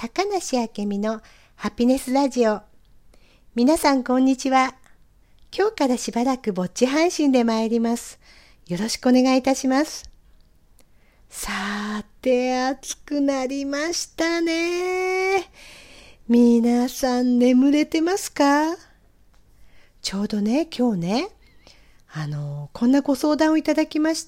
高梨明美のハピネスラジオ。皆さんこんにちは。今日からしばらくぼっち配信で参ります。よろしくお願いいたします。さて、暑くなりましたね。皆さん眠れてますか？ちょうどね、今日ね、こんなご相談をいただきました。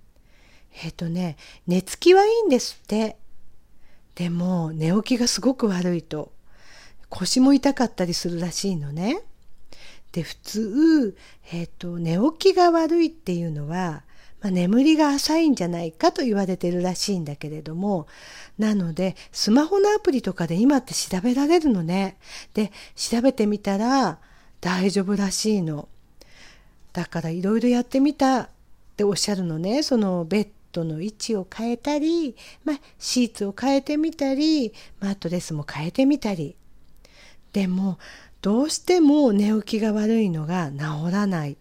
寝つきはいいんですって。でも寝起きがすごく悪いと、腰も痛かったりするらしいのね。で、普通、寝起きが悪いっていうのは、眠りが浅いんじゃないかと言われてるらしいんだけれども、なのでスマホのアプリとかで今って調べられるのね。で、調べてみたら大丈夫らしいの。だからいろいろやってみたっておっしゃるのね。そのベッドの位置を変えたり、シーツを変えてみたり、マットレスも変えてみたり。でもどうしても寝起きが悪いのが治らない。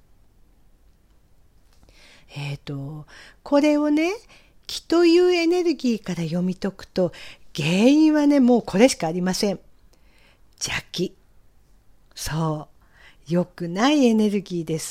これをね、気というエネルギーから読み解くと、原因はね、もうこれしかありません。邪気。そう。良くないエネルギーです。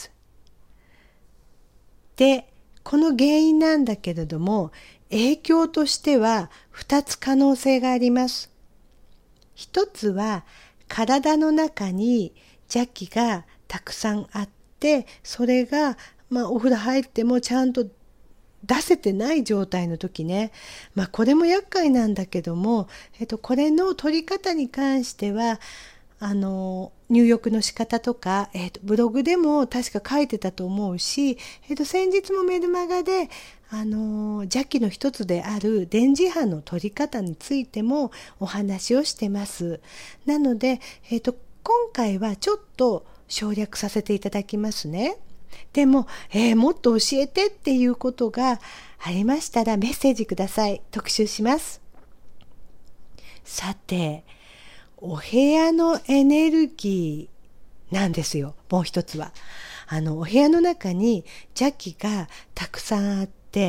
で、この原因なんだけれども、影響としては2つ可能性があります。一つは、体の中に邪気がたくさんあって、それがお風呂入ってもちゃんと出せてない状態の時ね。これも厄介なんだけども、これの取り方に関しては、入浴の仕方とか、ブログでも確か書いてたと思うし、先日もメルマガで、邪気の一つである電磁波の取り方についてもお話をしてます。なので、今回はちょっと省略させていただきますね。でも、もっと教えてっていうことがありましたらメッセージください。特集します。さて、お部屋のエネルギーなんですよ。もう一つは。お部屋の中に邪気がたくさんあって、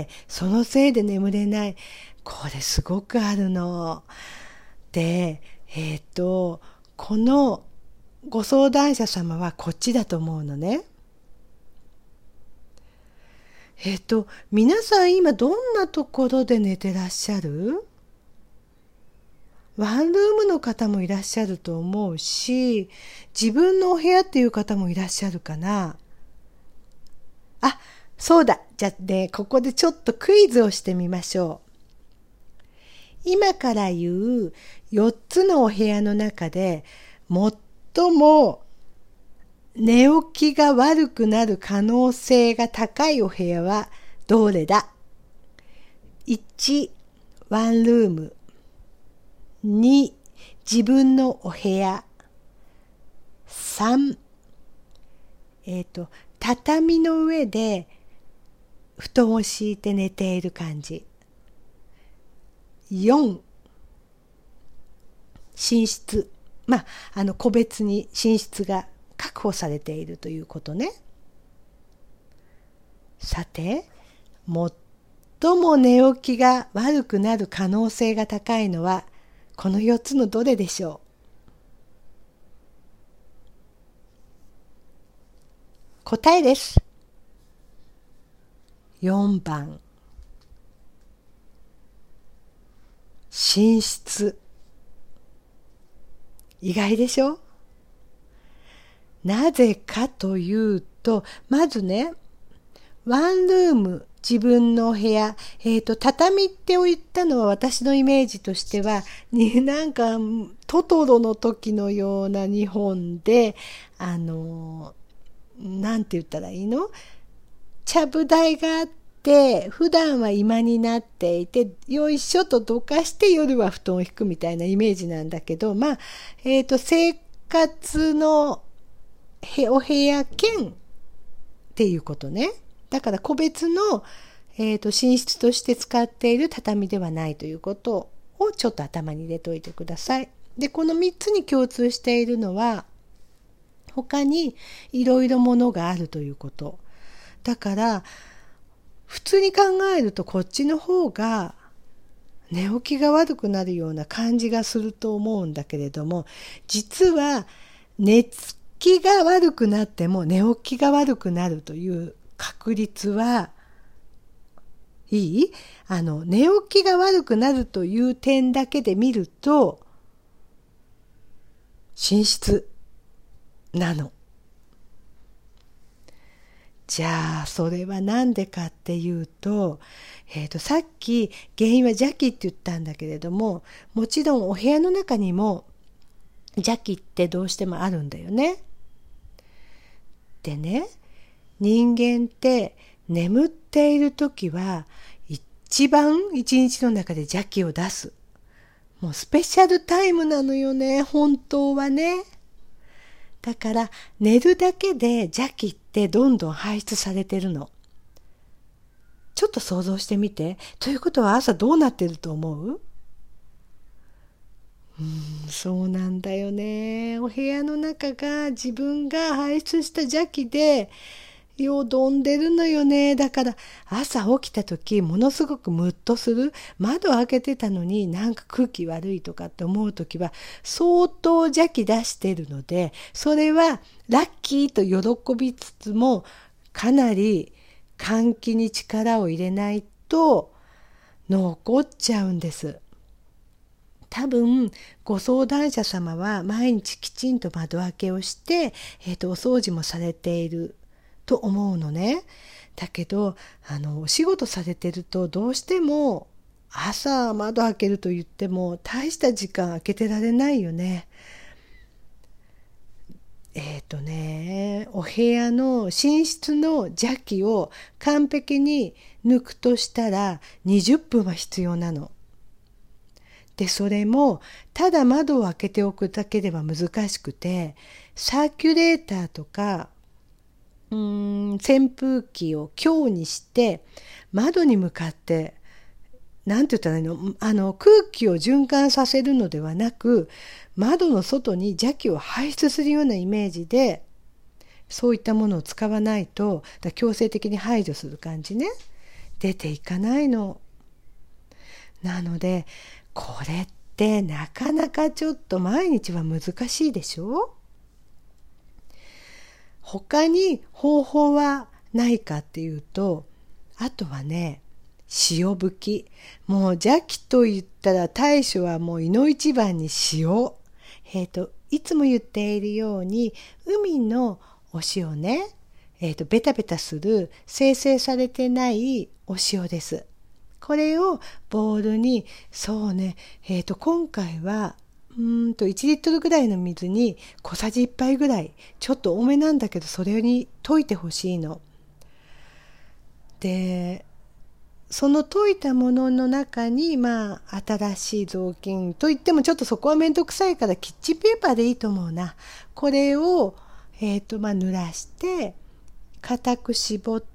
そのせいで眠れない。これすごくあるの。で、このご相談者様はこっちだと思うのね。皆さん今どんなところで寝てらっしゃる？ワンルームの方もいらっしゃると思うし、自分のお部屋っていう方もいらっしゃるかな。あ、そうだ。じゃあね、ここでちょっとクイズをしてみましょう。今から言う4つのお部屋の中で、最も寝起きが悪くなる可能性が高いお部屋はどれだ？ 1、ワンルーム。2、自分のお部屋。3、畳の上で布団を敷いて寝ている感じ。4、寝室。個別に寝室が確保されているということね。さて、最も寝起きが悪くなる可能性が高いのはこの4つのどれでしょう？答えです。4番。寝室。意外でしょ？なぜかというと、まずね、ワンルーム、自分のお部屋、畳って言ったのは私のイメージとしては、なんかトトロの時のような日本で、なんて言ったらいいの？ちゃぶ台があって、普段は居間になっていて、よいしょとどかして夜は布団を引くみたいなイメージなんだけど、生活のお部屋兼っていうことね。だから個別の、寝室として使っている畳ではないということをちょっと頭に入れておいてください。で、この3つに共通しているのは、他にいろいろものがあるということ。だから、普通に考えるとこっちの方が寝起きが悪くなるような感じがすると思うんだけれども、実は寝つきが悪くなっても寝起きが悪くなるという確率はいい？寝起きが悪くなるという点だけで見ると、寝室なの。じゃあ、それはなんでかっていうと、さっき原因は邪気って言ったんだけれども、もちろんお部屋の中にも邪気ってどうしてもあるんだよね。でね、人間って眠っているときは一番一日の中で邪気を出す。もうスペシャルタイムなのよね、本当はね。だから寝るだけで邪気ってどんどん排出されてるの。ちょっと想像してみて。ということは朝どうなってると思う？そうなんだよね。お部屋の中が自分が排出した邪気でよどんでるのよね。だから朝起きた時ものすごくムッとする。窓開けてたのになんか空気悪いとかって思う時は相当邪気出してるので、それはラッキーと喜びつつもかなり換気に力を入れないと残っちゃうんです。多分ご相談者様は毎日きちんと窓開けをして、お掃除もされていると思うのね。だけどお仕事されてるとどうしても朝窓開けると言っても大した時間開けてられないよね。お部屋の寝室の邪気を完璧に抜くとしたら20分は必要なの。で、それもただ窓を開けておくだけでは難しくて、サーキュレーターとか扇風機を強にして窓に向かってなんて言ったらいいの、空気を循環させるのではなく、窓の外に邪気を排出するようなイメージでそういったものを使わないと、強制的に排除する感じね、出ていかないの。なのでこれってなかなかちょっと毎日は難しいでしょ。他に方法はないかっていうと、あとはね、塩吹き。もう邪気と言ったら対処はもういの一番に塩。いつも言っているように海のお塩ね、ベタベタする精製されてないお塩です。これをボウルに、そうね、今回は1リットルぐらいの水に小さじ1杯ぐらい、ちょっと多めなんだけどそれに溶いてほしいの。で、その溶いたものの中に新しい雑巾といってもちょっとそこはめんどくさいからキッチンペーパーでいいと思うな。これを濡らして固く絞って、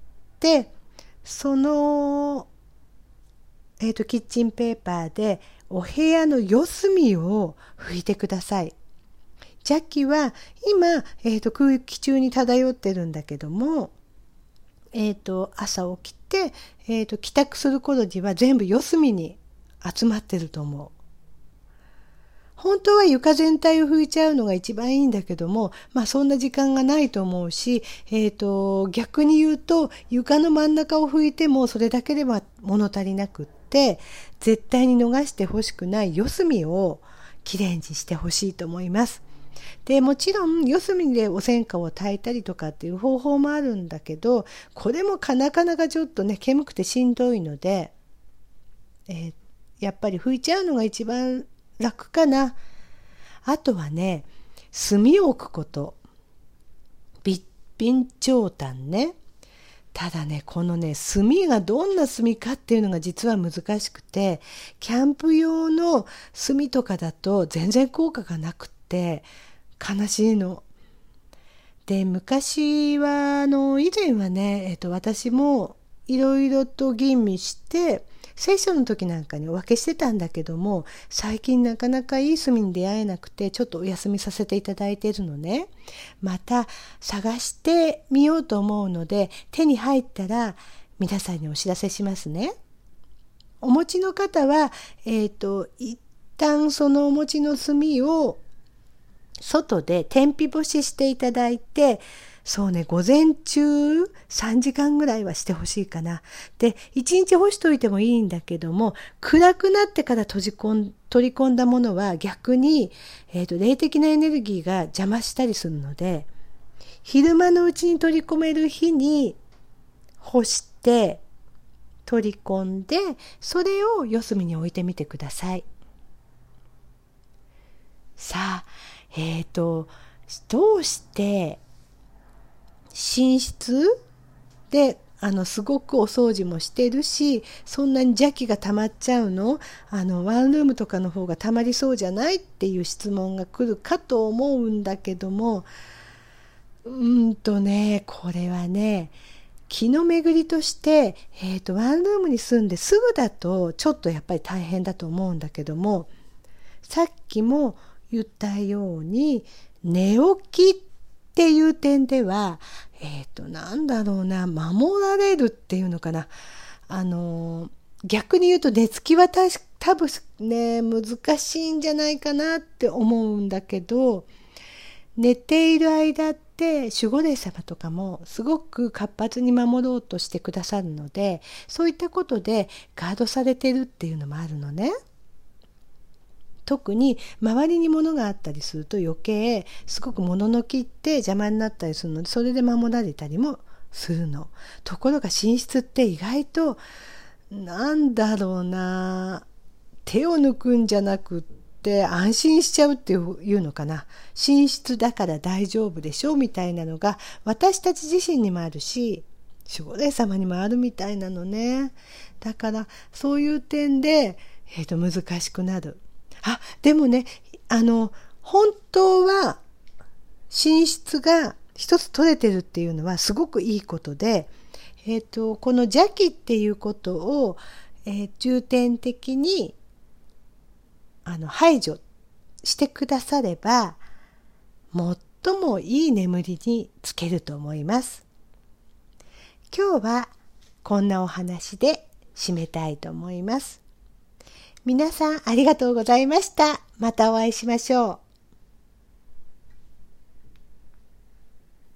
そのキッチンペーパーでお部屋の四隅を拭いてください。邪気は今、空気中に漂ってるんだけども、朝起きて、帰宅する頃には全部四隅に集まってると思う。本当は床全体を拭いちゃうのが一番いいんだけども、そんな時間がないと思うし、逆に言うと床の真ん中を拭いてもそれだけでは物足りなくって、絶対に逃してほしくない四隅をきれいにしてほしいと思います。で、もちろん四隅でお洗濯を炊いたりとかっていう方法もあるんだけど、これもなかなかちょっとね、煙くてしんどいので、やっぱり拭いちゃうのが一番楽かな。あとはね、炭を置くこと。備長炭ね。ただね、このね、炭がどんな炭かっていうのが実は難しくて、キャンプ用の炭とかだと全然効果がなくって悲しいの。で、昔は以前はね、私もいろいろと吟味して聖書の時なんかにお分けしてたんだけども、最近なかなかいい炭に出会えなくてちょっとお休みさせていただいているのね。また探してみようと思うので、手に入ったら皆さんにお知らせしますね。 お持ちの方は、一旦そのお持ちの炭を外で天日干ししていただいて、そうね、午前中3時間ぐらいはしてほしいかな。で、1日干しといてもいいんだけども、暗くなってから取り込んだものは逆に、霊的なエネルギーが邪魔したりするので、昼間のうちに取り込める日に干して取り込んで、それを四隅に置いてみてください。さあ、どうして寝室ですごくお掃除もしてるし、そんなに邪気が溜まっちゃうの？ワンルームとかの方が溜まりそうじゃないっていう質問が来るかと思うんだけども、これはね、気の巡りとして、ワンルームに住んですぐだとちょっとやっぱり大変だと思うんだけども、さっきも言ったように寝起きっていう点では、守られるっていうのかな。逆に言うと寝つきは多分ね、難しいんじゃないかなって思うんだけど、寝ている間って守護霊様とかもすごく活発に守ろうとしてくださるので、そういったことでガードされてるっていうのもあるのね。特に周りに物があったりすると余計すごく物置って邪魔になったりするので、それで守られたりもするの。ところが寝室って意外と手を抜くんじゃなくって安心しちゃうっていうのかな。寝室だから大丈夫でしょみたいなのが私たち自身にもあるし、守護霊様にもあるみたいなのね。だからそういう点で、難しくなる。でもね、本当は寝室が一つ取れてるっていうのはすごくいいことで、この邪気っていうことを、重点的に排除してくだされば、最もいい眠りにつけると思います。今日はこんなお話で締めたいと思います。皆さんありがとうございました。またお会いしましょう。